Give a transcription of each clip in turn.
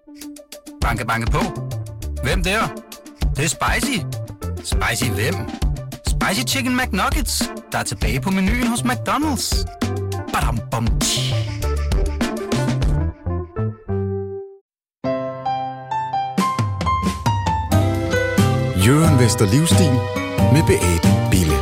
Banke, banke på. Hvem der? Det er spicy. Spicy hvem? Spicy Chicken McNuggets, der er tilbage på menuen hos McDonald's. Badum, bom, tji. Jørgen Vester Livsstil med Beate Bille.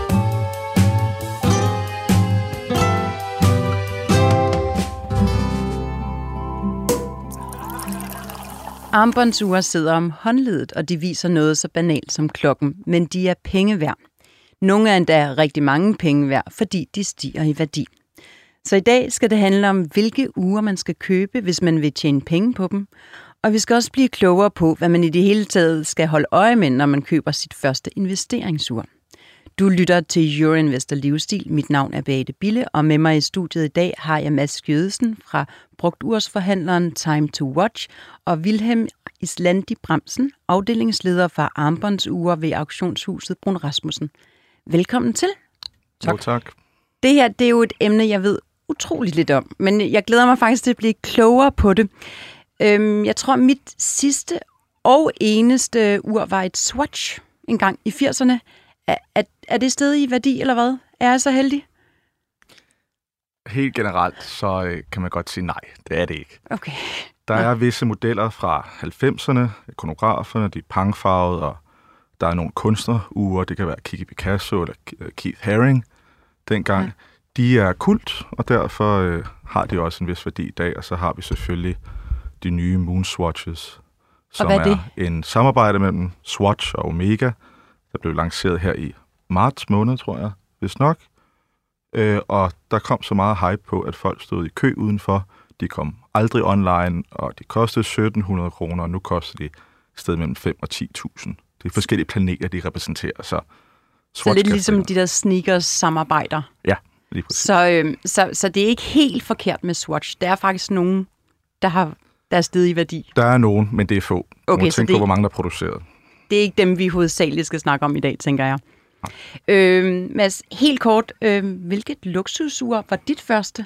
Armbåndsure sidder om håndledet, og de viser noget så banalt som klokken, men de er penge værd. Nogle er endda rigtig mange penge værd, fordi de stiger i værdi. Så i dag skal det handle om, hvilke ure man skal købe, hvis man vil tjene penge på dem. Og vi skal også blive klogere på, hvad man i det hele taget skal holde øje med, når man køber sit første investeringsur. Du lytter til Jørgen Vester Livsstil. Mit navn er Beate Bille, og med mig i studiet i dag har jeg Mads Skjødesen fra brugtursforhandleren Time to Watch og Wilhelm Islandi Bremsen, afdelingsleder for armbåndsure ved auktionshuset Brun Rasmussen. Velkommen til. Tak. Jo, tak. Det her, det er jo et emne, jeg ved utroligt lidt om, men jeg glæder mig faktisk til at blive klogere på det. Jeg tror, mit sidste og eneste ur var et Swatch en gang i 80'erne. Er det stadig i værdi, eller hvad? Er jeg så heldig? Helt generelt, så kan man godt sige nej. Det er det ikke. Okay. Der er visse modeller fra 90'erne, ikonograferne, de er pangfarvede, og der er nogle kunstnerure, det kan være Kiki Picasso eller Keith Haring dengang. Ja. De er kult, og derfor har de også en vis værdi i dag, og så har vi selvfølgelig de nye Moonswatches, som er en samarbejde mellem Swatch og Omega, der blev lanceret her i marts måned, tror jeg, hvis nok. Og der kom så meget hype på, at folk stod i kø udenfor. De kom aldrig online, og de kostede 1.700 kroner, og nu koster de et sted mellem 5 og 10.000. Det er forskellige planeter, de repræsenterer. Så lidt ligesom de der sneakers-samarbejder. Ja, lige præcis. Så det er ikke helt forkert med Swatch. Der er faktisk nogen, der er steget i værdi. Der er nogen, men det er få. Okay, må tænke på, hvor mange der er produceret. Det er ikke dem, vi hovedsageligt skal snakke om i dag, tænker jeg. Mads, helt kort, hvilket luksusur var dit første?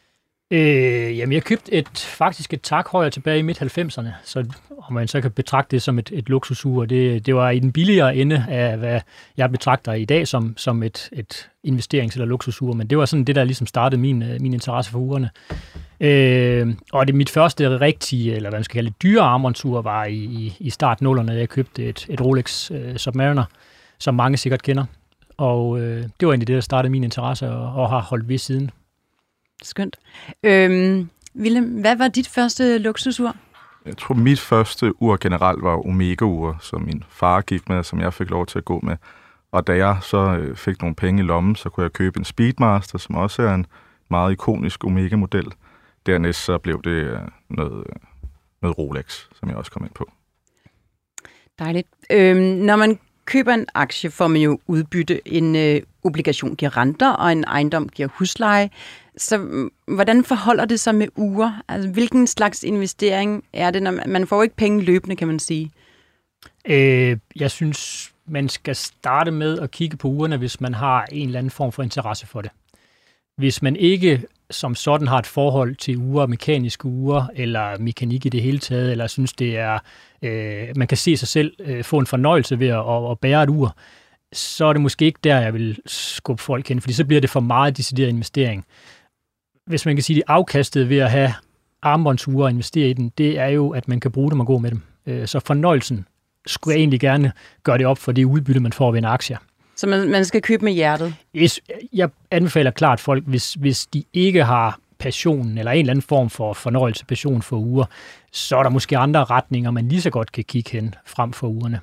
Jamen, jeg købte faktisk et Tag Heuer tilbage i midt-90'erne, så om man så kan betragte det som et luksusur. Det var i den billigere ende af, hvad jeg betragter i dag som et investerings- eller luksusur, men det var sådan det, der ligesom startede min interesse for urene. Og det mit første rigtige, eller hvad man skal kalde det, dyre armbåndsur var i start 0'erne, jeg købte et Rolex Submariner, som mange sikkert kender. Og det var egentlig det, der startede min interesse, og har holdt ved siden. Skønt. Wilhelm, hvad var dit første luksusur? Jeg tror, mit første ur generelt var Omega-ur, som min far gik med, som jeg fik lov til at gå med. Og da jeg så fik nogle penge i lommen, så kunne jeg købe en Speedmaster, som også er en meget ikonisk Omega-model. Dernæst så blev det noget Rolex, som jeg også kom ind på. Dejligt. Når man køber en aktie, får man jo udbytte. En obligation giver renter, og en ejendom giver husleje. Så hvordan forholder det sig med ure? Altså, hvilken slags investering er det? Når man får ikke penge løbende, kan man sige. Jeg synes, man skal starte med at kigge på urene, hvis man har en eller anden form for interesse for det. Hvis man ikke som sådan har et forhold til ure, mekaniske ure, eller mekanik i det hele taget, eller synes, det er, man kan se sig selv få en fornøjelse ved at bære et ur, så er det måske ikke der, jeg vil skubbe folk hen, fordi så bliver det for meget decideret investering. Hvis man kan sige, det afkastet ved at have armbåndsure og investere i den, det er jo, at man kan bruge dem og gå med dem. Så fornøjelsen skulle jeg egentlig gerne gøre det op for det udbytte, man får ved en aktie. Så man skal købe med hjertet? Jeg anbefaler klart folk, hvis de ikke har passionen eller en eller anden form for fornøjelse, passion for ure, så er der måske andre retninger, man lige så godt kan kigge hen frem for urene.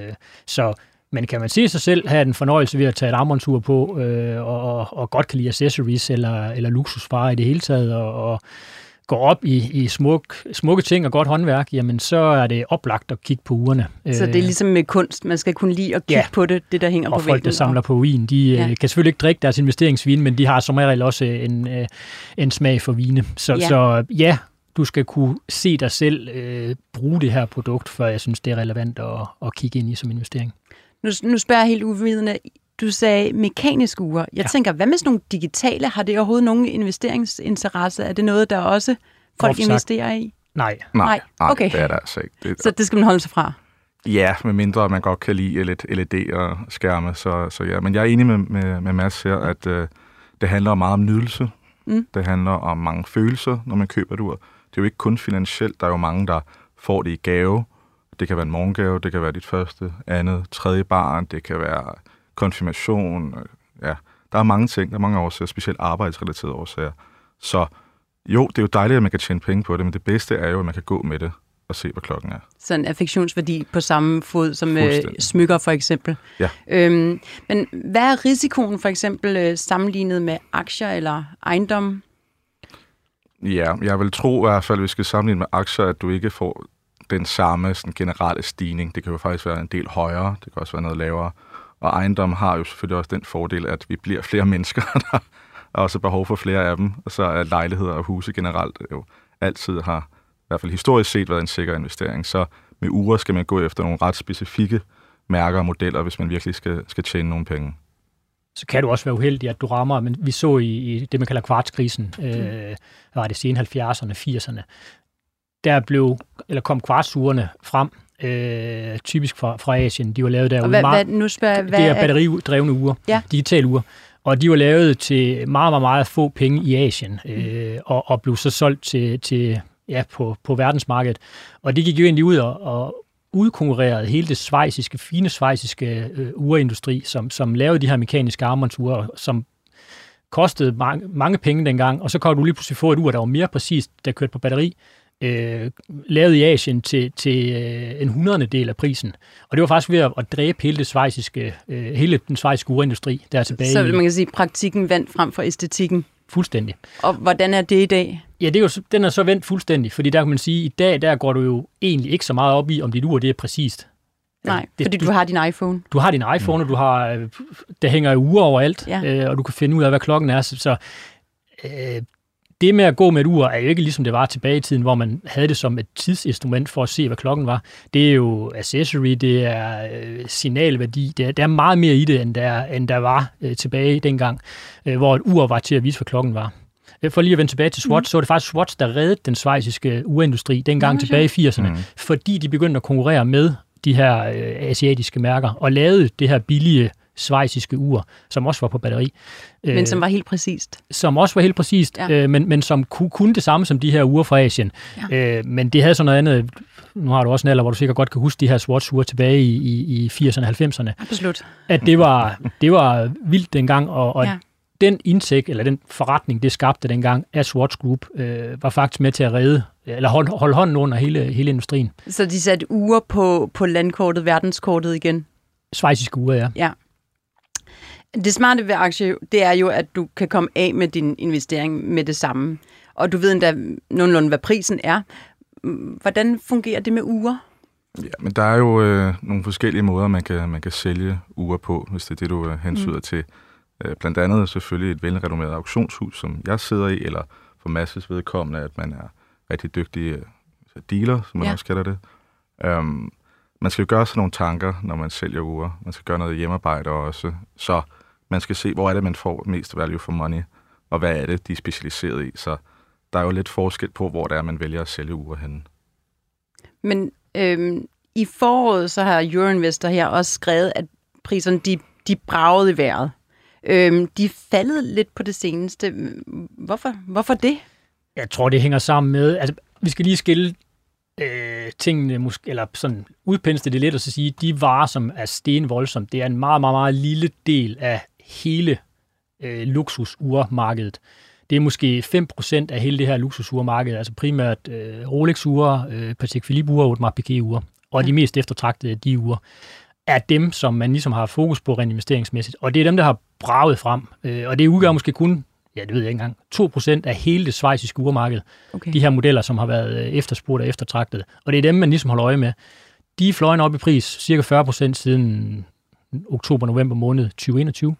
Men kan man se sig selv have en fornøjelse ved at tage et armbåndsur på, og godt kan lide accessories eller luksusvarer i det hele taget, og går op i smukke ting og godt håndværk, jamen så er det oplagt at kigge på urene. Så det er ligesom med kunst, man skal kunne lide at kigge på det der hænger på væggen. Og folk, der samler på vin, de kan selvfølgelig ikke drikke deres investeringsvin, men de har som regel også en smag for vine. Så du skal kunne se dig selv bruge det her produkt, for jeg synes, det er relevant at kigge ind i som investering. Nu spørger jeg helt uvidende. Du sagde mekaniske ure. Jeg tænker, hvad med sådan nogle digitale? Har det overhovedet nogen investeringsinteresse? Er det noget, der også folk investerer i? Nej. Okay. Det er der altså ikke. Så det skal man holde sig fra? Ja, med mindre man godt kan lide lidt LED og skærme, så ja. Men jeg er enig med Mads her, at det handler meget om nydelse. Det handler om mange følelser, når man køber et ur. Det er jo ikke kun finansielt. Der er jo mange, der får det i gave. Det kan være en morgengave, det kan være dit første, andet, tredje barn, det kan være konfirmation. Ja, der er mange ting, der er mange årsager, specielt arbejdsrelaterede årsager. Så jo, det er jo dejligt, at man kan tjene penge på det, men det bedste er jo, at man kan gå med det og se, hvad klokken er. Så en affektionsværdi på samme fod som smykker for eksempel. Ja. Men hvad er risikoen for eksempel sammenlignet med aktier eller ejendom? Ja, jeg vil tro i hvert fald, at vi skal sammenligne med aktier, at du ikke får den samme sådan, generelle stigning. Det kan jo faktisk være en del højere, det kan også være noget lavere. Og ejendom har jo selvfølgelig også den fordel, at vi bliver flere mennesker, der er også behov for flere af dem. Og så er lejligheder og huse generelt jo altid har, i hvert fald historisk set, været en sikker investering. Så med ure skal man gå efter nogle ret specifikke mærker og modeller, hvis man virkelig skal tjene nogle penge. Så kan du også være uheldig, at du rammer, men vi så i det, man kalder kvartskrisen, var det sene 70'erne, 80'erne, der kom kvartsurene frem, typisk fra Asien. De var lavet derude. Det er batteridrevne ure, digitale ure. Og de var lavet til meget, meget, meget få penge i Asien, og blev så solgt på verdensmarkedet. Og det gik jo egentlig ud og udkonkurrerede hele det fine schweiziske ureindustri, som lavede de her mekaniske armbåndsure, som kostede mange penge dengang, og så kunne du lige pludselig få et ur, der var mere præcist, der kørte på batteri, lavet i Asien til en 100-del af prisen. Og det var faktisk ved at dræbe hele den schweiziske ureindustri, der er tilbage. Så man kan sige, at praktikken vandt frem for æstetikken? Fuldstændig. Og hvordan er det i dag? Ja, den er så vendt fuldstændig, fordi der kan man sige, at i dag der går du jo egentlig ikke så meget op i, om dit ur det er præcist. Nej, fordi du har din iPhone. Du har din iPhone, og der hænger ure overalt, og du kan finde ud af, hvad klokken er. Så det med at gå med et ur er jo ikke ligesom det var tilbage i tiden, hvor man havde det som et tidsinstrument for at se, hvad klokken var. Det er jo accessory, det er signalværdi, der er meget mere i det, end der var tilbage dengang, hvor et ur var til at vise, hvad klokken var. For lige at vende tilbage til Swatch, så var det faktisk Swatch, der reddede den schweiziske ureindustri dengang tilbage i 80'erne, fordi de begyndte at konkurrere med de her asiatiske mærker, og lavede det her billige schweiziske ur, som også var på batteri. Men som var helt præcist. Som også var helt præcist, men som kunne det samme som de her ure fra Asien. Ja. Men det havde sådan noget andet. Nu har du også en alder, hvor du sikkert godt kan huske de her Swatch-ure tilbage i 80'erne og 90'erne. Absolut. At det var vildt dengang, og den indtægt, eller den forretning, det skabte dengang af Swatch Group, var faktisk med til at redde, eller holde hånden under hele industrien. Så de satte ure på landkortet, verdenskortet igen? Schweiziske ure, ja. Det smarte ved aktier, det er jo, at du kan komme af med din investering med det samme. Og du ved endda nogenlunde, hvad prisen er. Hvordan fungerer det med ure? Ja, men der er jo nogle forskellige måder, man kan sælge ure på, hvis det er det, du hensyder til. Blandt andet selvfølgelig et velrenommeret auktionshus, som jeg sidder i, eller for masses vedkommende, at man er rigtig dygtig dealer, som man også kalder det. Man skal jo gøre sig nogle tanker, når man sælger ure. Man skal gøre noget hjemmearbejde også. Så man skal se, hvor er det, man får mest value for money, og hvad er det, de er specialiseret i. Så der er jo lidt forskel på, hvor det er, man vælger at sælge ure henne. Men i foråret, så har Euroinvestor her også skrevet, at priserne, de bragede i vejret. De er faldet lidt på det seneste. Hvorfor det? Jeg tror, det hænger sammen med, altså vi skal lige skille tingene, måske, eller sådan udpensle det lidt og så sige, de varer, som er stenvoldsomt, det er en meget, meget, meget lille del af hele luksusurmarkedet. Det er måske 5% af hele det her luksusurmarked, altså primært Rolex-ure, Patek Philippe-ure og Audemars Piguet-ure, og de mest eftertragtede de ure er dem, som man ligesom har fokus på reinvesteringsmæssigt, og det er dem, der har braget frem, og det udgør måske kun, det ved jeg ikke engang, 2% af hele det schweiziske urmarked. Okay. De her modeller, som har været efterspurgt og eftertragtet. Og det er dem, man ligesom holder øje med. De er fløjen op i pris, cirka 40% siden oktober-november måned 2021.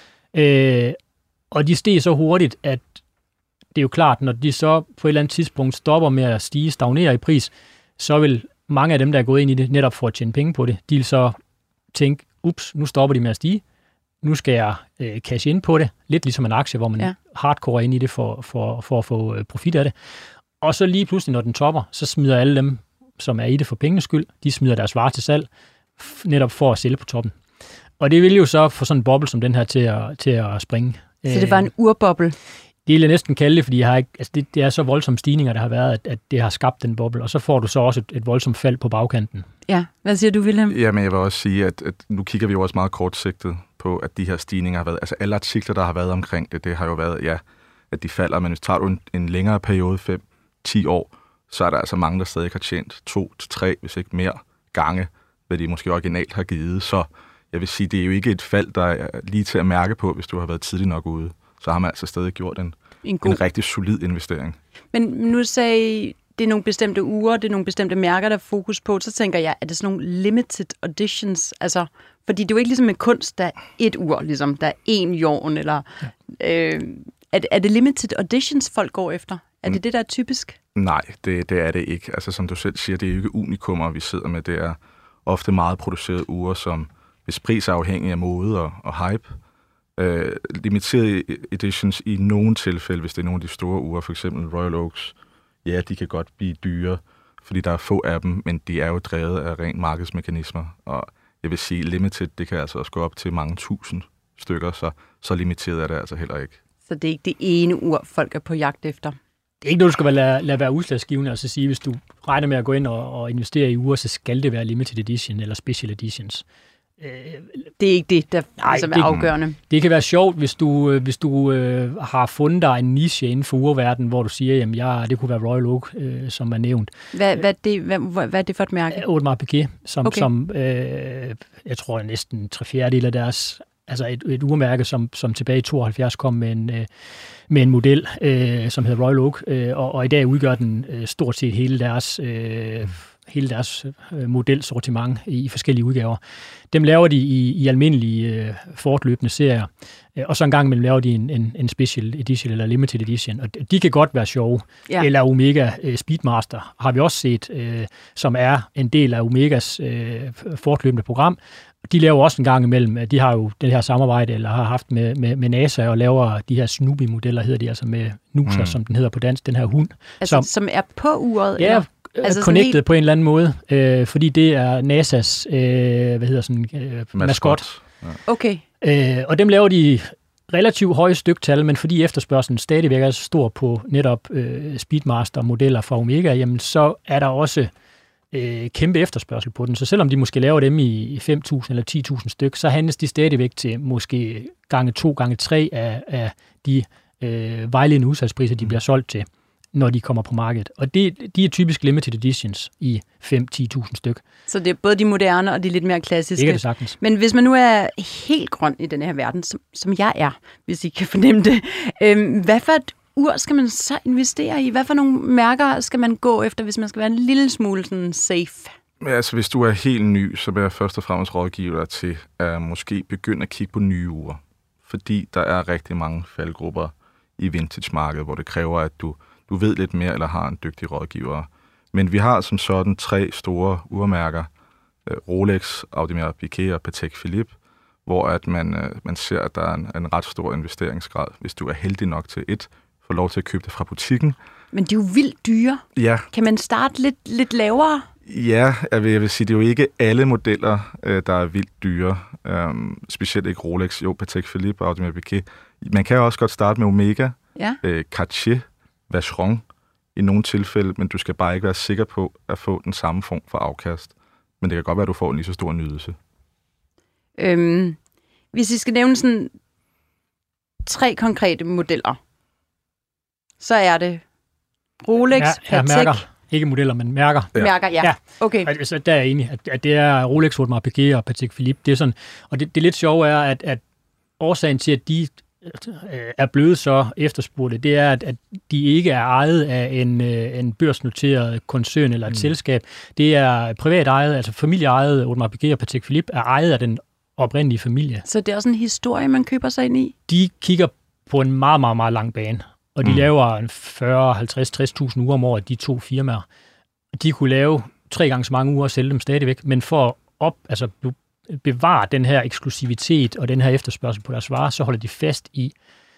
Og de steg så hurtigt, at det er jo klart, når de så på et eller andet tidspunkt stopper med at stagnere i pris, så vil mange af dem, der er gået ind i det, netop for at tjene penge på det, de vil så tænke, nu stopper de med at stige. Nu skal jeg cashe ind på det, lidt ligesom en aktie, hvor man hardcore ind i det for at få profit af det. Og så lige pludselig, når den topper, så smider alle dem, som er i det for pengenes skyld, de smider deres varer til salg, netop for at sælge på toppen. Og det vil jo så få sådan en boble som den her til at springe. Så det var en urboble? Det vil jeg næsten kalde det, fordi det er så voldsomme stigninger, der har været, at det har skabt den boble, og så får du så også et voldsomt fald på bagkanten. Ja, hvad siger du, Wilhelm? Jamen, jeg vil også sige, at nu kigger vi jo også meget kortsigtet på, at de her stigninger har været, altså alle artikler, der har været omkring det har jo været, ja, at de falder, men hvis tager du en længere periode, 5-10 år, så er der altså mange, der stadig har tjent 2-3, hvis ikke mere gange, hvad de måske originalt har givet. Så jeg vil sige, det er jo ikke et fald, der er lige til at mærke på, hvis du har været tidligt nok ude. Så har man altså stadig gjort en rigtig solid investering. Men nu sagde det er nogle bestemte uger, det er nogle bestemte mærker, der er fokus på. Så tænker jeg, er det sådan nogle limited editions? Altså, fordi det er jo ikke ligesom med kunst, der er et ur, ligesom der er en jorn, eller er det limited editions, folk går efter? Er det det, der er typisk? Nej, det er det ikke. Altså, som du selv siger, det er jo ikke unikummer, vi sidder med. Det er ofte meget produceret ure, som hvis pris er afhængig af mode og hype. Limiterede editions i nogle tilfælde, hvis det er nogle af de store ure, for eksempel Royal Oaks, ja, de kan godt blive dyre, fordi der er få af dem, men de er jo drevet af rent markedsmekanismer. Og jeg vil sige, limited, det kan altså også gå op til mange tusind stykker, så limiteret er det altså heller ikke. Så det er ikke det ene ur, folk er på jagt efter? Det er ikke noget, du skal lade være udslagsgivende, og så sige, hvis du regner med at gå ind og investere i uger, så skal det være limited edition eller special editions. Det er ikke det, der ligesom er afgørende. Det kan være sjovt, hvis du har fundet dig en niche inden for urverdenen, hvor du siger, jamen det kunne være Royal Oak, som er nævnt. Hvad er det for et mærke? Audemars Piguet, som jeg tror næsten 3/4 af deres, altså et urmærke, som tilbage i 72 kom med en model, som hedder Royal Oak, og i dag udgør den stort set hele deres modelsortiment i forskellige udgaver. Dem laver de i almindelige fortløbende serier, og så en gang imellem laver de en special edition eller limited edition, og de kan godt være sjove. Ja. Eller Omega Speedmaster har vi også set, som er en del af Omegas fortløbende program. De laver også en gang imellem, de har jo det her samarbejde, eller har haft med NASA, og laver de her Snoopy-modeller, hedder de altså med Nusa, som den hedder på dansk, den her hund. Altså, som er på uret? Ja, eller? Altså connected helt på en eller anden måde, fordi det er NASA's maskot. Ja. Okay. Og dem laver de relativt høje styktal, men fordi efterspørgselen stadigvæk er så stor på netop Speedmaster-modeller fra Omega, jamen så er der også kæmpe efterspørgsel på den. Så selvom de måske laver dem i 5.000 eller 10.000 stykker, så handles de stadigvæk til måske gange 2, gange 3 af de vejledende udsalgspriser, de bliver solgt til, når de kommer på markedet. Og de er typisk limited editions i 5-10.000 styk. Så det er både de moderne og de lidt mere klassiske. Det kan det sagtens. Men hvis man nu er helt grøn i den her verden, som jeg er, hvis I kan fornemme det, hvad for et ur skal man så investere i? Hvad for nogle mærker skal man gå efter, hvis man skal være en lille smule sådan safe? Altså, hvis du er helt ny, så vil jeg først og fremmest rådgive dig til at måske begynde at kigge på nye ure. Fordi der er rigtig mange faldgrupper i vintage-markedet, hvor det kræver, at du ved lidt mere, eller har en dygtig rådgiver. Men vi har som sådan 3 store urmærker, Rolex, Audemars Piguet og Patek Philippe, hvor at man ser, at der er en ret stor investeringsgrad, hvis du er heldig nok til få lov til at købe det fra butikken. Men de er jo vildt dyre. Ja. Kan man starte lidt lavere? Ja, jeg vil sige, det er jo ikke alle modeller, der er vildt dyre. Specielt ikke Rolex, jo, Patek Philippe og Audemars Piguet. Man kan også godt starte med Omega, Cartier, Vacheron i nogle tilfælde, men du skal bare ikke være sikker på at få den samme form for afkast. Men det kan godt være, at du får en lige så stor nydelse. Hvis I skal nævne sådan 3 konkrete modeller, så er det Rolex, Patek... mærker. Ikke modeller, men mærker. Ja. Mærker, ja. Okay. Altså, der er jeg enig, at det er Rolex, Audemars Piguet og Patek Philippe. Det er sådan, og det lidt sjove er, at årsagen til, at de er blevet så efterspurgte, det er, at de ikke er ejet af en børsnoteret koncern eller et selskab. Det er privat ejet, altså familieejet. Audemars Piguet og Patek Philippe er ejet af den oprindelige familie. Så det er også en historie, man køber sig ind i? De kigger på en meget, meget, meget lang bane, og de laver 40, 50, 60.000 uger om året, de 2 firmaer. De kunne lave 3 gange så mange uger og sælge dem stadigvæk, men for at bevare den her eksklusivitet og den her efterspørgsel på deres varer, så holder de fast i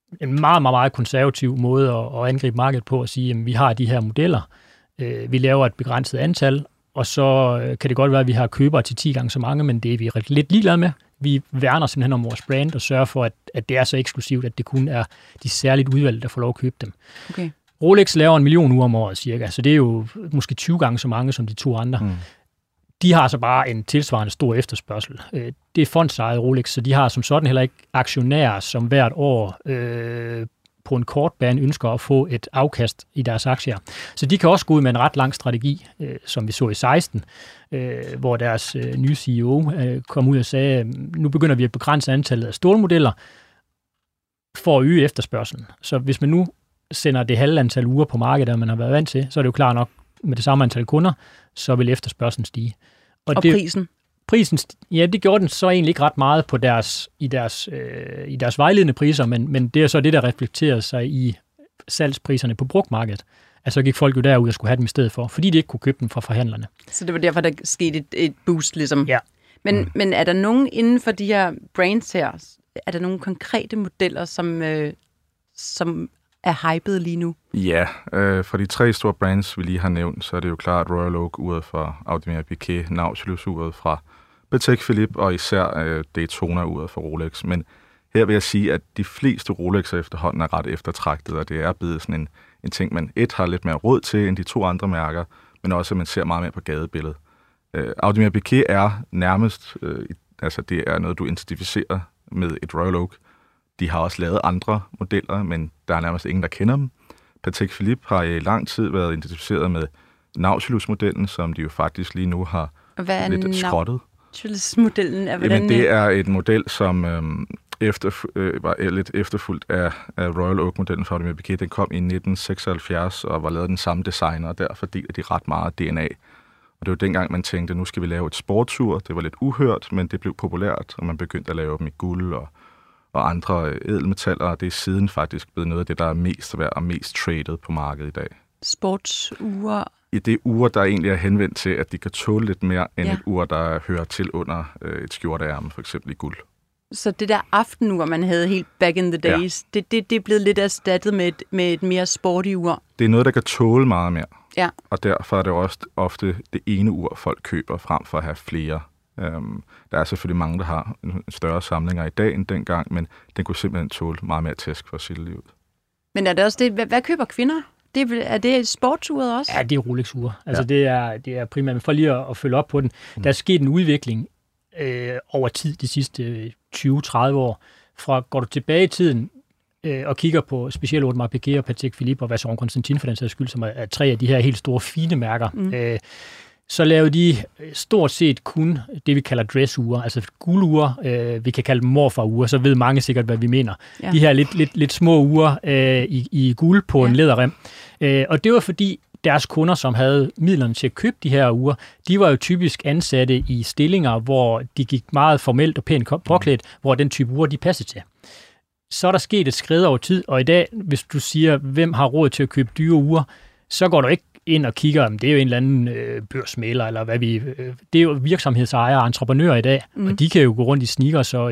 en meget, meget, meget konservativ måde at angribe markedet på, at sige, at vi har de her modeller, vi laver et begrænset antal, og så kan det godt være, at vi har købere til 10 gange så mange, men det er vi lidt ligeglade med. Vi værner simpelthen om vores brand og sørger for, at det er så eksklusivt, at det kun er de særligt udvalgte, der får lov at købe dem. Okay. Rolex laver 1 million uger om året cirka, så det er jo måske 20 gange så mange som de 2 andre. De har så bare en tilsvarende stor efterspørgsel. Det er fondsejet Rolex, så de har som sådan heller ikke aktionærer, som hvert år på en kort bane ønsker at få et afkast i deres aktier. Så de kan også gå ud med en ret lang strategi, som vi så i 16, hvor deres nye CEO kom ud og sagde, nu begynder vi at begrænse antallet af stålmodeller for at øge efterspørgselen. Så hvis man nu sender det halve antal uger på markedet, man har været vant til, så er det jo klart nok med det samme antal kunder, så vil efterspørgselen stige. Og prisen? Prisen, ja, det gjorde den så egentlig ikke ret meget på i deres vejledende priser, men det er så det, der reflekterede sig i salgspriserne på brugtmarkedet. Altså gik folk jo derud og skulle have dem i stedet for, fordi de ikke kunne købe dem fra forhandlerne. Så det var derfor, der skete et boost, ligesom? Ja. Men er der nogen inden for de her brands her, er der nogle konkrete modeller, som er hypet lige nu? Ja, fra de 3 store brands, vi lige har nævnt, så er det jo klart Royal Oak-uret fra Audemars Piguet, Nautilus-uret fra Patek Philippe og især Daytona-uret fra Rolex. Men her vil jeg sige, at de fleste Rolex'er efterhånden er ret eftertragtet, og det er blevet sådan en ting, man har lidt mere råd til end de 2 andre mærker, men også at man ser meget mere på gadebilledet. Audemars Piguet er nærmest, altså det er noget, du identificerer med et Royal Oak. De har også lavet andre modeller, men der er nærmest ingen, der kender dem. Patek Philippe har i lang tid været identificeret med Nautilus-modellen, som de jo faktisk lige nu har lidt skrottet. Nautilus-modellen er hvordan? Jamen, det er et model, som var lidt efterfulgt af Royal Oak-modellen fra Audemars Piguet. Den kom i 1976 og var lavet af den samme designer, og derfor deler de ret meget DNA. Og det var dengang, man tænkte, nu skal vi lave et sportsur. Det var lidt uhørt, men det blev populært, og man begyndte at lave dem i guld og andre ædelmetaller, og det er siden faktisk blevet noget af det, der er mest værd og mest traded på markedet i dag. Sportsure? I det ure, der egentlig er henvendt til, at de kan tåle lidt mere end et ur, der hører til under et skjorteærme, for eksempel i guld. Så det der aftenur, man havde helt back in the days, det er blevet lidt erstattet med et mere sporty ur? Det er noget, der kan tåle meget mere. Ja. Og derfor er det også ofte det ene ur, folk køber frem for at have flere. Der er selvfølgelig mange, der har en større samlinger i dag end dengang, men den kunne simpelthen tåle meget mere tæsk for at sælge livet. Men er det også det? Hvad køber kvinder? Er det sportsuret også? Ja, det er Rolex-ure. Altså det er primært, men for lige at følge op på den. Der er sket en udvikling over tid de sidste 20-30 år. Går du tilbage i tiden og kigger på specielt Audemars Piguet og Patek Philippe og Vacheron Constantin for den sags skyld, som er 3 af de her helt store fine mærker, så lavede de stort set kun det, vi kalder dressure, altså guldure. Vi kan kalde dem morfarure, så ved mange sikkert, hvad vi mener. Ja. De her lidt små ure i guld på en læderrem. Og det var fordi deres kunder, som havde midlerne til at købe de her ure, de var jo typisk ansatte i stillinger, hvor de gik meget formelt og pænt påklædt, hvor den type ure, de passede til. Så er der sket et skred over tid, og i dag, hvis du siger, hvem har råd til at købe dyre ure, så går du ikke ind og kigger, om det er jo en eller anden børsmægler, eller hvad det er jo virksomhedsejere og entreprenører i dag, og de kan jo gå rundt i sneakers og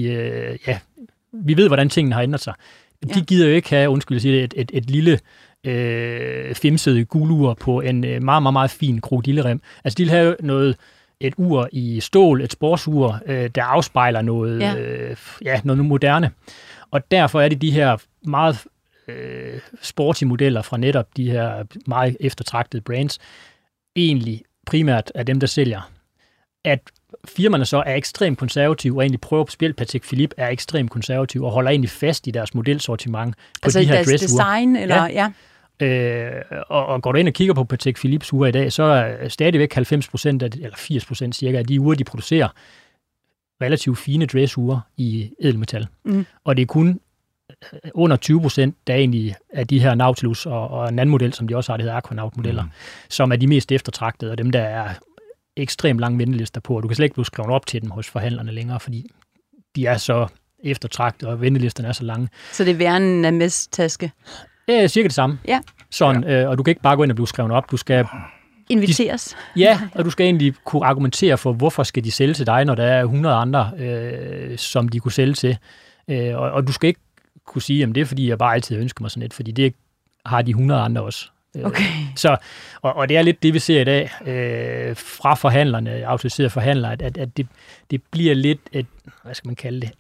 vi ved, hvordan tingene har ændret sig. De gider jo ikke have, et lille femsede guldur på en meget, meget, meget fin krokodillerem. Altså, de vil have et ur i stål, et sportsur, der afspejler noget moderne. Og derfor er det de her meget sporty modeller fra netop de her meget eftertragtede brands, egentlig primært af dem, der sælger. At firmaerne så er ekstremt konservative, og egentlig prøver på spil. Patek Philippe er ekstremt konservative, og holder egentlig fast i deres modelsortiment på altså de her dressure. Altså design, eller ja. Og går du ind og kigger på Patek Philippes ure i dag, så er stadigvæk 90% eller 80% cirka af de ure, de producerer, relativt fine dressure i ædelmetal. Og det er kun under 20%, der egentlig er de her Nautilus og en anden model, som de også har, det hedder Aquanaut-modeller, som er de mest eftertragtede, og dem, der er ekstremt lange ventelister på, og du kan slet ikke blive skrevet op til dem hos forhandlerne længere, fordi de er så eftertragtede, og ventelisterne er så lange. Så det er værre en Hermès-taske? Ja, cirka det samme. Ja. Sådan, og du kan ikke bare gå ind og blive skrevet op, du skal inviteres. Ja, og du skal egentlig kunne argumentere for, hvorfor skal de sælge til dig, når der er 100 andre, som de kunne sælge til. Og du skal ikke kunne sige, at det er fordi, jeg bare altid ønsker mig sådan et, fordi det har de 100 andre også. Okay. Så, og det er lidt det, vi ser i dag fra forhandlerne, autoriserede forhandlere, at det bliver lidt et, hvad skal man kalde det,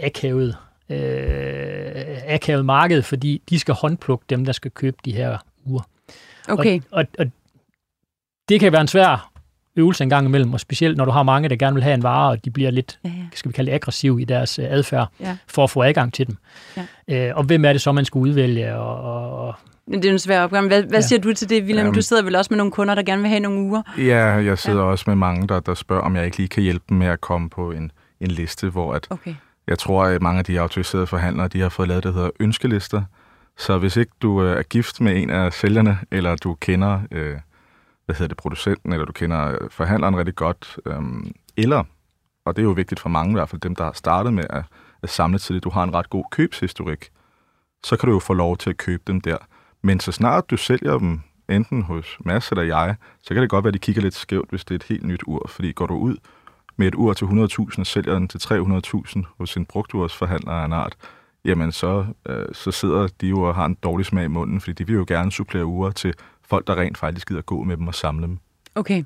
akavet marked, fordi de skal håndplukke dem, der skal købe de her ure. Okay. Og det kan være en svær øvelse en gang imellem, og specielt når du har mange, der gerne vil have en vare, og de bliver lidt, skal vi kalde det, aggressive i deres adfærd, for at få adgang til dem. Ja. Og hvem er det så, man skal udvælge? Men det er en svær opgave. Hvad siger du til det, William? Du sidder vel også med nogle kunder, der gerne vil have nogle uger? Ja, jeg sidder også med mange, der spørger, om jeg ikke lige kan hjælpe dem med at komme på en liste, hvor jeg tror, at mange af de autoriserede forhandlere, de har fået lavet, det hedder ønskelister. Så hvis ikke du er gift med en af sælgerne, eller du kender producenten, eller du kender forhandleren rigtig godt, eller, og det er jo vigtigt for mange i hvert fald, dem der har startet med at samle til det, du har en ret god købshistorik, så kan du jo få lov til at købe dem der. Men så snart du sælger dem, enten hos Mads eller jeg, så kan det godt være, at de kigger lidt skævt, hvis det er et helt nyt ur. Fordi går du ud med et ur til 100.000 og sælger den til 300.000 hos en brugtursforhandler af en art, jamen så sidder de jo og har en dårlig smag i munden, fordi de vil jo gerne supplere uger til folk, der rent faktisk gider gå med dem og samle dem. Okay.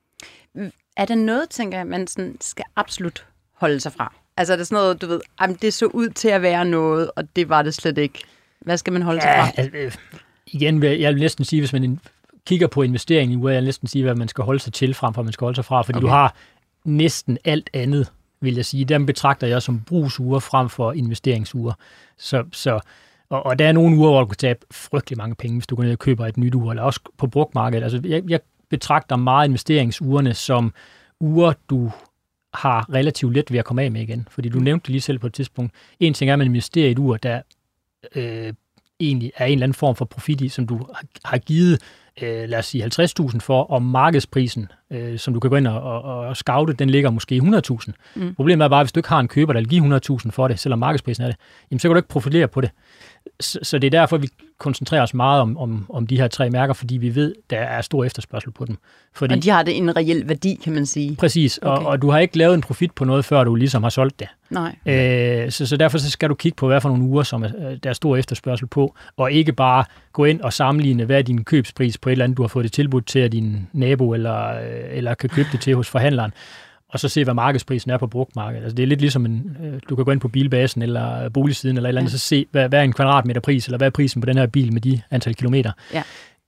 Er der noget, tænker jeg, man sådan skal absolut holde sig fra? Altså er det sådan noget, du ved, det så ud til at være noget, og det var det slet ikke. Hvad skal man holde sig fra? Igen, jeg vil næsten sige, hvis man kigger på investering i uger, jeg vil næsten sige, hvad man skal holde sig til, frem for man skal holde sig fra, fordi du har næsten alt andet, vil jeg sige. Dem betragter jeg som brugsure frem for investeringsuger. Og der er nogle uger, hvor du kan tabe frygtelig mange penge, hvis du går ned og køber et nyt ur, eller også på brugtmarkedet. Altså, jeg betragter meget investeringsurene som uger, du har relativt let ved at komme af med igen. Fordi du nævnte det lige selv på et tidspunkt. En ting er, at man investerer i et ur, der egentlig er en eller anden form for profit i, som du har givet, lad os sige 50.000 for, og markedsprisen, som du kan gå ind og scoute, den ligger måske i 100.000. Problemet er bare, hvis du ikke har en køber, der vil give 100.000 for det, selvom markedsprisen er det, jamen, så kan du ikke profilere på det. Så det er derfor, vi koncentrerer os meget om de her 3 mærker, fordi vi ved, der er stor efterspørgsel på dem. Fordi, og de har det en reel værdi, kan man sige. Præcis, okay. og du har ikke lavet en profit på noget, før du ligesom har solgt det. Nej. Så derfor så skal du kigge på, hvad for nogle uger, som der er stor efterspørgsel på, og ikke bare gå ind og sammenligne, hvad er din købspris på et eller andet, du har fået det tilbudt til af din nabo, eller kan købe det til hos forhandleren, og så se, hvad markedsprisen er på brugtmarkedet. Altså, det er lidt ligesom, du kan gå ind på bilbasen eller boligsiden eller et eller andet, så se, hvad er en kvadratmeterpris, eller hvad er prisen på den her bil med de antal kilometer. Ja.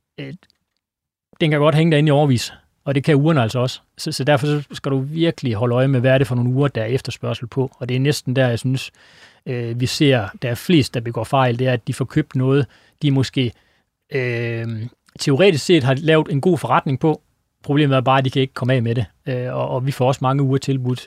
Den kan godt hænge derinde i årevis, og det kan ugerne altså også. Så derfor så skal du virkelig holde øje med, hvad er det for nogle uger, der er efterspørgsel på. Og det er næsten der, jeg synes, vi ser, der er flest, der begår fejl, det er, at de får købt noget, de måske teoretisk set har lavet en god forretning på. Problemet er bare, at de kan ikke komme af med det. Og vi får også mange uger tilbudt,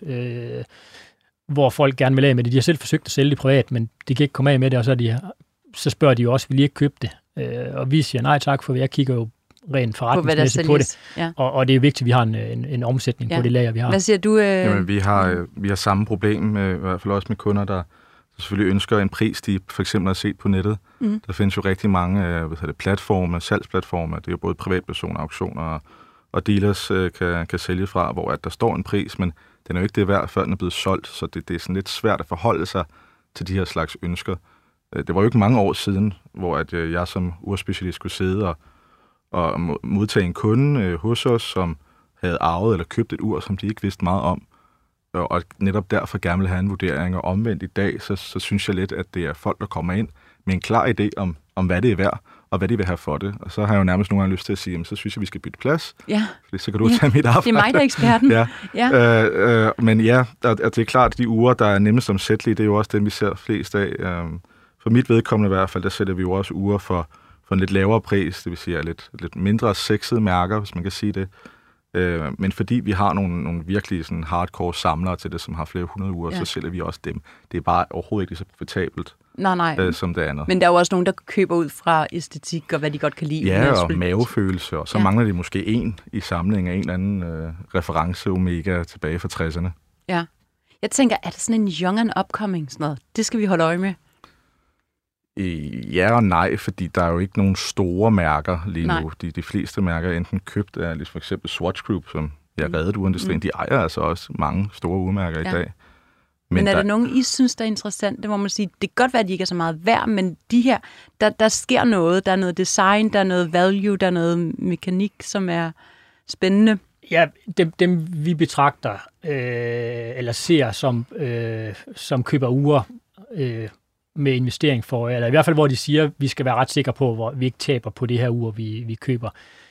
hvor folk gerne vil af med det. De har selv forsøgt at sælge det privat, men de kan ikke komme af med det, og så spørger de jo også, vil I ikke købe det? Og vi siger nej tak, for jeg kigger jo rent forretningsmæssigt på det. Ja. Og det er vigtigt, at vi har en omsætning på det lager, vi har. Hvad siger du? Jamen, vi har samme problem, i hvert fald også med kunder, der selvfølgelig ønsker en pris, de for eksempel har set på nettet. Der findes jo rigtig mange platforme, salgsplatformer. Det er jo både privatpersoner, auktioner og dealers kan sælge fra, hvor at der står en pris, men den er jo ikke det værd, før den er blevet solgt, så det er sådan lidt svært at forholde sig til de her slags ønsker. Det var jo ikke mange år siden, hvor at jeg som urspecialist skulle sidde og modtage en kunde hos os, som havde arvet eller købt et ur, som de ikke vidste meget om, og netop derfor gerne vil have en vurdering, og omvendt i dag, så synes jeg lidt, at det er folk, der kommer ind med en klar idé om hvad det er værd, og hvad de vil have for det. Og så har jeg jo nærmest nogle gange lyst til at sige, jamen, så synes jeg, vi skal bytte plads. Ja. Fordi så kan du tage mit arbejde. Det er mig, der er eksperten. Ja. Men ja, det er klart, at de uger, der er nemmest omsættelige, det er jo også dem, vi ser flest af. For mit vedkommende i hvert fald, der sætter vi jo også uger for en lidt lavere pris, det vil sige lidt mindre sexede mærker, hvis man kan sige det. Men fordi vi har nogle virkelig sådan hardcore samlere til det, som har flere 100 uger, så sælger vi også dem. Det er bare overhovedet ikke så profitabelt. Nej. Som det andet. Men der er jo også nogen, der køber ud fra æstetik og hvad de godt kan lide. Ja, og mavefølelse, og så mangler de måske en i samlingen af en eller anden reference omega tilbage fra 60'erne. Ja. Jeg tænker, er det sådan en young and upcoming sådan noget? Det skal vi holde øje med. Ja og nej, fordi der er jo ikke nogen store mærker lige nu. De fleste mærker er enten købt af for eksempel Swatch Group, som jeg reddede urindustrien. De ejer altså også mange store urmærker i dag. Men er der nogen, I synes, der er interessant? Det må man sige, det kan godt være, at de ikke er så meget værd, men de her, der sker noget. Der er noget design, der er noget value, der er noget mekanik, som er spændende. Ja, dem vi betragter eller ser som køber uger med investering for, eller i hvert fald hvor de siger, at vi skal være ret sikre på, hvor vi ikke taber på det her ur, vi køber.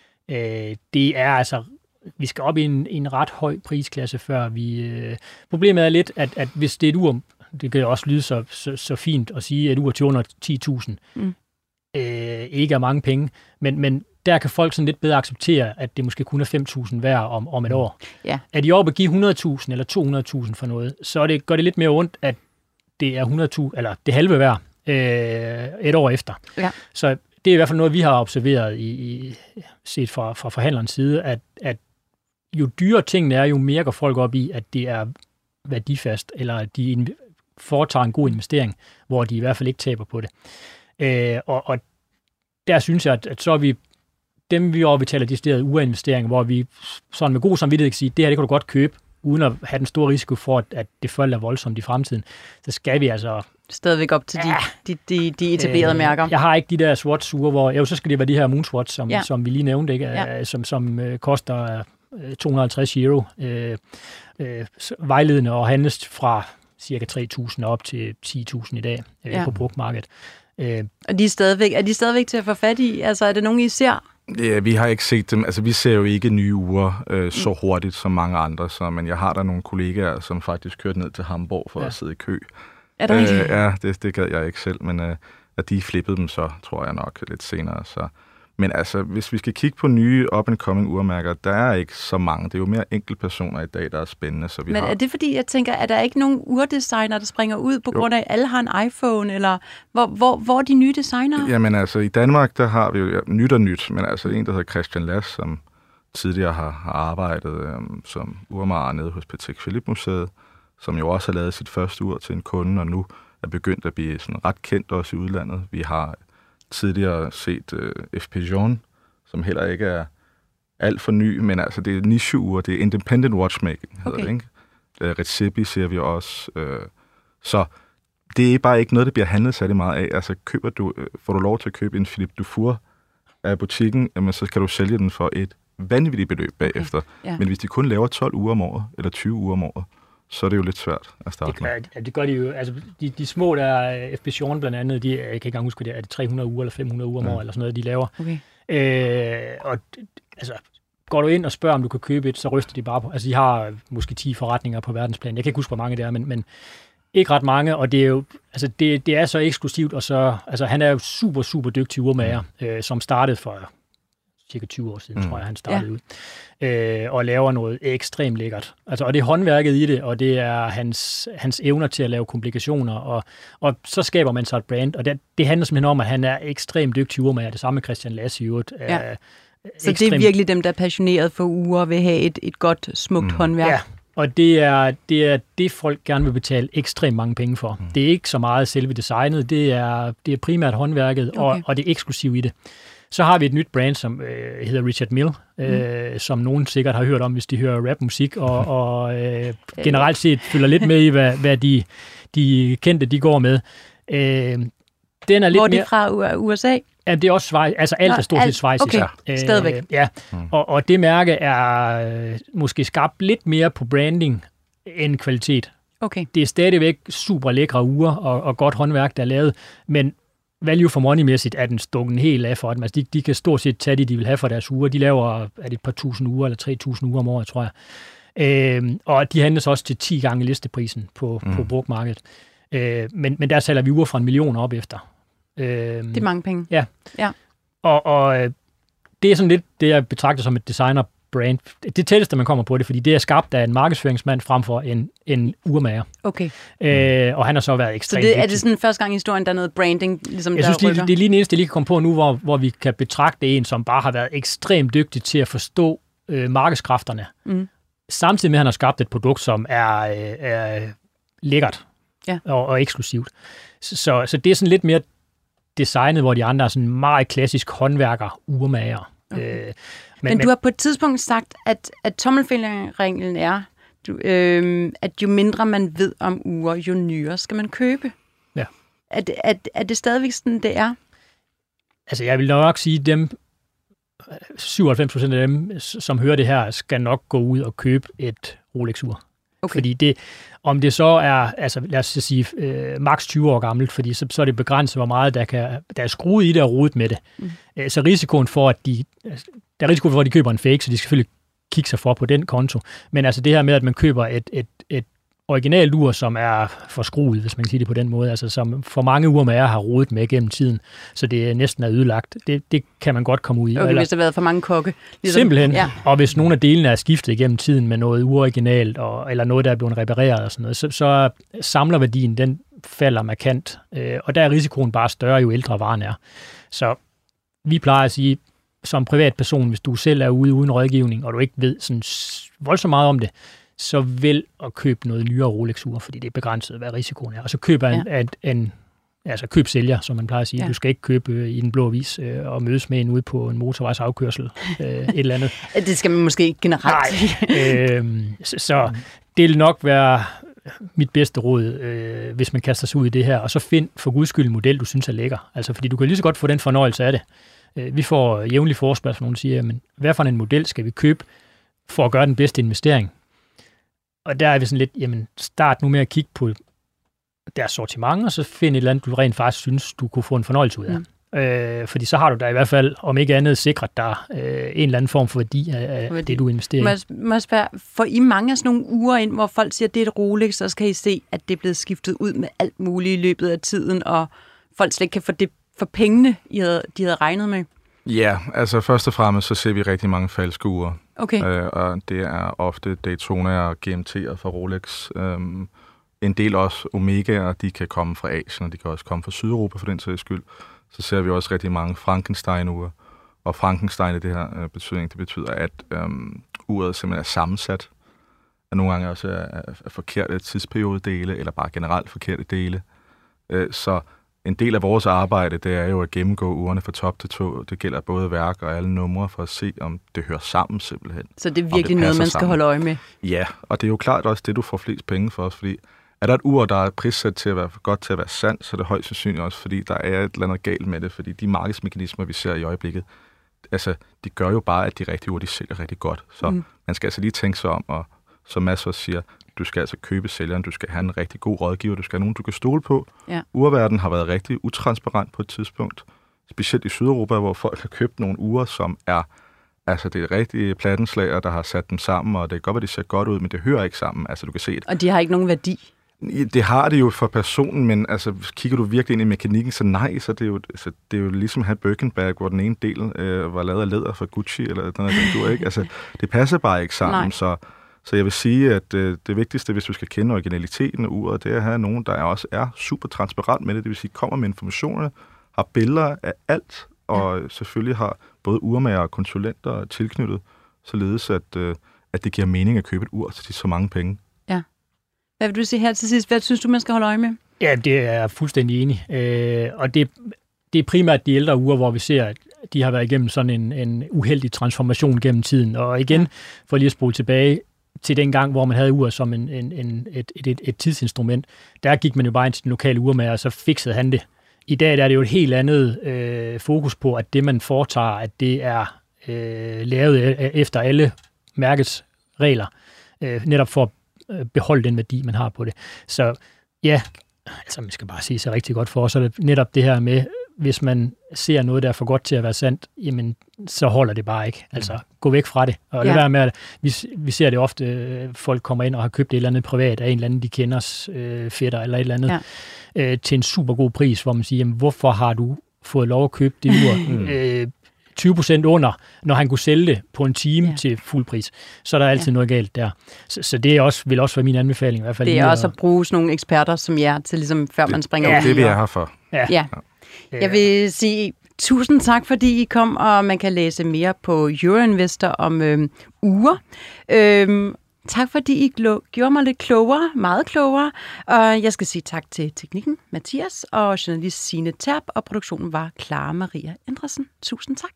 Det er altså, vi skal op i en ret høj prisklasse, før vi... Problemet er lidt, at hvis det er et ur, det kan også lyde så fint at sige, at et ur til under 10.000 ikke er mange penge, men der kan folk sådan lidt bedre acceptere, at det måske kun er 5.000 værd om et år. Ja. Er de oppe at give 100.000 eller 200.000 for noget, så gør det lidt mere ondt, at det er 100.000, eller det halve værd et år efter. Ja. Så det er i hvert fald noget, vi har observeret set fra forhandlerens side, at jo dyrere tingene er, jo mere går folk op i, at det er værdifast, eller at de foretager en god investering, hvor de i hvert fald ikke taber på det. Og der synes jeg, at så er vi dem, vi overbetaler de steder ugerinvesteringer, hvor vi sådan med god samvittighed kan sige, det her det kan du godt købe, uden at have den store risiko for, at det falder voldsomt i fremtiden. Så skal vi altså... Stadigvæk op til de etablerede mærker. Jeg har ikke de der Swatch-ure, hvor... så skal det være de her Moonswatch, som vi lige nævnte, ikke? Som koster 250 euro. Vejledende og handles fra cirka 3.000 op til 10.000 i dag på brugtmarkedet. Og de er stadigvæk til at få fat i? Altså, er det nogen, I ser? Ja, vi har ikke set dem. Altså, vi ser jo ikke nye uger så hurtigt som mange andre, men jeg har der nogle kollegaer, som faktisk kørte ned til Hamburg for at sidde i kø. Er der ikke? Ja, det gad jeg ikke selv, men at de flippede dem så, tror jeg nok, lidt senere. Så. Men altså, hvis vi skal kigge på nye up-and-coming urmærker, der er ikke så mange. Det er jo mere enkeltpersoner i dag, der er spændende. Så men er det fordi, jeg tænker, er der ikke nogen urdesigner, der springer ud på grund af, at alle har en iPhone, eller hvor er de nye designere? Jamen altså, i Danmark, der har vi jo nyt, men altså en, der hedder Christian Lass, som tidligere har arbejdet som urmager nede hos Patek Philippe Museet, som jo også har lavet sit første ur til en kunde, og nu er begyndt at blive sådan ret kendt også i udlandet. Vi har tidligere set F. Pigeon, som heller ikke er alt for ny, men altså det er niche-ure, det er independent watchmaking, hedder det, ikke? Recipe ser vi også. Så det er bare ikke noget, der bliver handlet særlig meget af. Altså får du lov til at købe en Philippe Dufour af butikken, jamen, så kan du sælge den for et vanvittigt beløb bagefter. Ja. Men hvis de kun laver 12 uger om året, eller 20 uger om året, så er det jo lidt svært at starte med. Det gør de jo. Altså, de små, der er F. Pigeon blandt andet, jeg kan ikke engang huske, er det 300 uger eller 500 uger om året, eller sådan noget, de laver. Okay. Og altså, går du ind og spørger, om du kan købe et, så ryster de bare på. Altså, de har måske 10 forretninger på verdensplan. Jeg kan ikke huske, hvor mange det er, men ikke ret mange, og det er jo, altså, det er så eksklusivt, og så, altså, han er jo super, super dygtig urmager, som startede for cirka 20 år siden, tror jeg, han startede ud. Og laver noget ekstremt lækkert. Altså, og det er håndværket i det, og det er hans evner til at lave komplikationer, og så skaber man så et brand, og det handler simpelthen om, at han er ekstremt dygtig urmager. Det samme med Christian Lass i øvrigt. Så det er virkelig dem, der er passioneret for uger og vil have et godt, smukt håndværk. Ja. Og det er det, folk gerne vil betale ekstremt mange penge for. Det er ikke så meget selve designet, det er primært håndværket, og det er eksklusivt i det. Så har vi et nyt brand, som hedder Richard Mille, som nogen sikkert har hørt om, hvis de hører rapmusik, og generelt set følger lidt med i, hvad de kendte, de går med. Den er lidt hvor er det fra USA? Ja, det er også Schweiz, altså alt er stort set Schweiz. Okay, stadigvæk. Ja, og det mærke er måske skabt lidt mere på branding end kvalitet. Okay. Det er stadigvæk super lækre uger og godt håndværk, der er lavet, men value for money-mæssigt er den stukken helt af for dem. Altså, de kan stort set tage det, de vil have for deres uger. De laver et par tusind uger eller 3.000 uger om året, tror jeg. Og de handles også til 10 gange listeprisen på brugtmarkedet. Men der sælger vi uger fra 1 million op efter. Det er mange penge. Ja. Og det er sådan lidt det, jeg betragter som et designer-brand. Det tætteste, man kommer på det, fordi det er skabt af en markedsføringsmand frem for en urmager. Okay. Og han har så været ekstremt vigtig. Så er det sådan første gang i historien, der er noget branding, ligesom jeg synes, det er lige den eneste, jeg lige kan komme på nu, hvor vi kan betragte en, som bare har været ekstremt dygtig til at forstå markedskræfterne. Samtidig med, at han har skabt et produkt, som er lækkert og eksklusivt. Så det er sådan lidt mere designet, hvor de andre er sådan meget klassisk håndværker-urmager. Okay. Men du har på et tidspunkt sagt, at tommelfingerreglen er, at jo mindre man ved om ure, jo nyere skal man købe. Ja. Er det stadigvæk sådan, det er? Altså, jeg vil nok sige, dem 97% af dem, som hører det her, skal nok gå ud og købe et Rolex-ur. Okay. Fordi om det så er, altså lad os sige, maks 20 år gammelt, fordi så er det begrænset, hvor meget der er skruet i det og rodet med det. Så risikoen for, at der er risiko for, at de køber en fake, så de skal selvfølgelig kigge sig for på den konto. Men altså det her med, at man køber et originalt ur, som er for skruet, hvis man kan sige det på den måde, altså som for mange urmager har rodet med gennem tiden, så det næsten er ødelagt. Det kan man godt komme ud i. Okay, hvis der har været for mange kokke. Ligesom, simpelthen. Ja. Og hvis nogle af delene er skiftet gennem tiden med noget uoriginalt, eller noget, der er blevet repareret og sådan noget, så samlerværdien, den falder markant. Og der er risikoen bare større, jo ældre varen er. Så vi plejer at sige, som privatperson, hvis du selv er ude uden rådgivning, og du ikke ved sådan voldsomt meget om det, så vælg at købe noget nyere Rolex-ur, fordi det er begrænset, hvad risikoen er. Og så køb køb sælger, som man plejer at sige. Ja. Du skal ikke købe i den blå avis og mødes med en ude på en motorvejsafkørsel, et eller andet. Det skal man måske ikke generelt. Så det vil nok være mit bedste råd, hvis man kaster sig ud i det her. Og så find for guds skyld en model, du synes er lækker. Altså, fordi du kan lige så godt få den fornøjelse af det. Vi får jævnlig forespørgsel, nogen siger, men hvad for en model skal vi købe for at gøre den bedste investering? Og der er vi sådan lidt, jamen start nu med at kigge på deres sortiment, og så find et eller andet, du rent faktisk synes, du kunne få en fornøjelse ud af. Fordi så har du da i hvert fald, om ikke andet, sikret dig en eller anden form for værdi af det, du investerer i. Må jeg spørge, får I mange af sådan nogle uger ind, hvor folk siger, at det er et Rolex, så skal I se, at det er blevet skiftet ud med alt muligt i løbet af tiden, og folk slet ikke kan få det for pengene, de havde regnet med? Ja, altså først og fremmest, så ser vi rigtig mange falske ure. Okay. Og det er ofte Daytona og GMT'er fra Rolex. En del også Omegaer, de kan komme fra Asien, og de kan også komme fra Sydeuropa for den sags skyld. Så ser vi også rigtig mange Frankenstein-ure. Og Frankenstein i det her betydning, det betyder, at uret simpelthen er sammensat. At nogle gange også er forkerte tidsperiodedele, eller bare generelt forkerte dele. Så en del af vores arbejde, det er jo at gennemgå urene fra top til tå. Det gælder både værk og alle numre for at se, om det hører sammen simpelthen. Så det er virkelig noget, man skal holde øje med? Ja, og det er jo klart også det, du får flest penge for os, fordi er der et ur, der er prissat til at være godt til at være sandt, så er det højst sandsynligt også, fordi der er et eller andet galt med det, fordi de markedsmekanismer, vi ser i øjeblikket, altså, de gør jo bare, at de rigtige ur, de sælger rigtig godt. Så man skal altså lige tænke sig om, og som Mads også siger, du skal altså købe sælgeren, du skal have en rigtig god rådgiver, du skal have nogen, du kan stole på. Ja. Urverdenen har været rigtig utransparent på et tidspunkt, specielt i Sydeuropa, hvor folk har købt nogle ure, som er, altså det er rigtige plattenslager, der har sat dem sammen, og det kan godt være, de ser godt ud, men det hører ikke sammen. Altså du kan se og de har ikke nogen værdi? Det har det jo for personen, men altså kigger du virkelig ind i mekanikken, så nej, så det er jo ligesom at have Birkenbag, hvor den ene del var lavet af læder fra Gucci, eller noget, du ikke. Altså det passer bare ikke sammen, så jeg vil sige, at det vigtigste, hvis du skal kende originaliteten af uret, det er at have nogen, der også er super transparent med det. Det vil sige, kommer med informationer, har billeder af alt, og selvfølgelig har både urmager og konsulenter tilknyttet, således at det giver mening at købe et ur til så mange penge. Ja. Hvad vil du sige her til sidst? Hvad synes du, man skal holde øje med? Ja, det er jeg fuldstændig enig. Og det er primært de ældre ure, hvor vi ser, at de har været igennem sådan en uheldig transformation gennem tiden. Og igen, for lige at spole tilbage til den gang, hvor man havde ur som et tidsinstrument, der gik man jo bare ind til den lokale urmager, og så fiksede han det. I dag der er det jo et helt andet fokus på, at det, man foretager, at det er lavet efter alle mærkets regler, netop for at beholde den værdi, man har på det. Så ja, altså man skal bare sige sig rigtig godt for os, så er det netop det her med, hvis man ser noget, der er for godt til at være sandt, jamen, så holder det bare ikke. Altså, gå væk fra det. Og det der med, at vi ser det ofte, folk kommer ind og har købt et eller andet privat af en eller anden, de kender fætter eller et eller andet, til en super god pris, hvor man siger, jamen, hvorfor har du fået lov at købe det ur 20% under, når han kunne sælge det på en time til fuld pris. Så er der altid noget galt der. Så det er vil også være min anbefaling. I hvert fald det er også at bruge sådan nogle eksperter som jer, til ligesom, før man springer ud. Det er vi er her for. Ja. Jeg vil sige tusind tak, fordi I kom, og man kan læse mere på Euroinvestor om uger. Tak, fordi I gjorde mig lidt klogere, meget klogere. Og jeg skal sige tak til teknikken, Mathias, og journalist Signe Terp, og produktionen var Clara Maria Andresen. Tusind tak.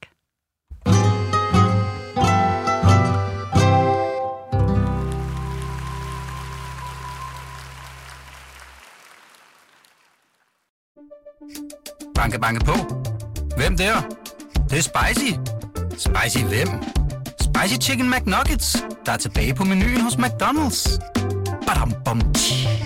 Banke, banke på. Hvem der? Det er spicy. Spicy hvem? Spicy Chicken McNuggets, der er tilbage på menuen hos McDonald's. Badum, bom, tji.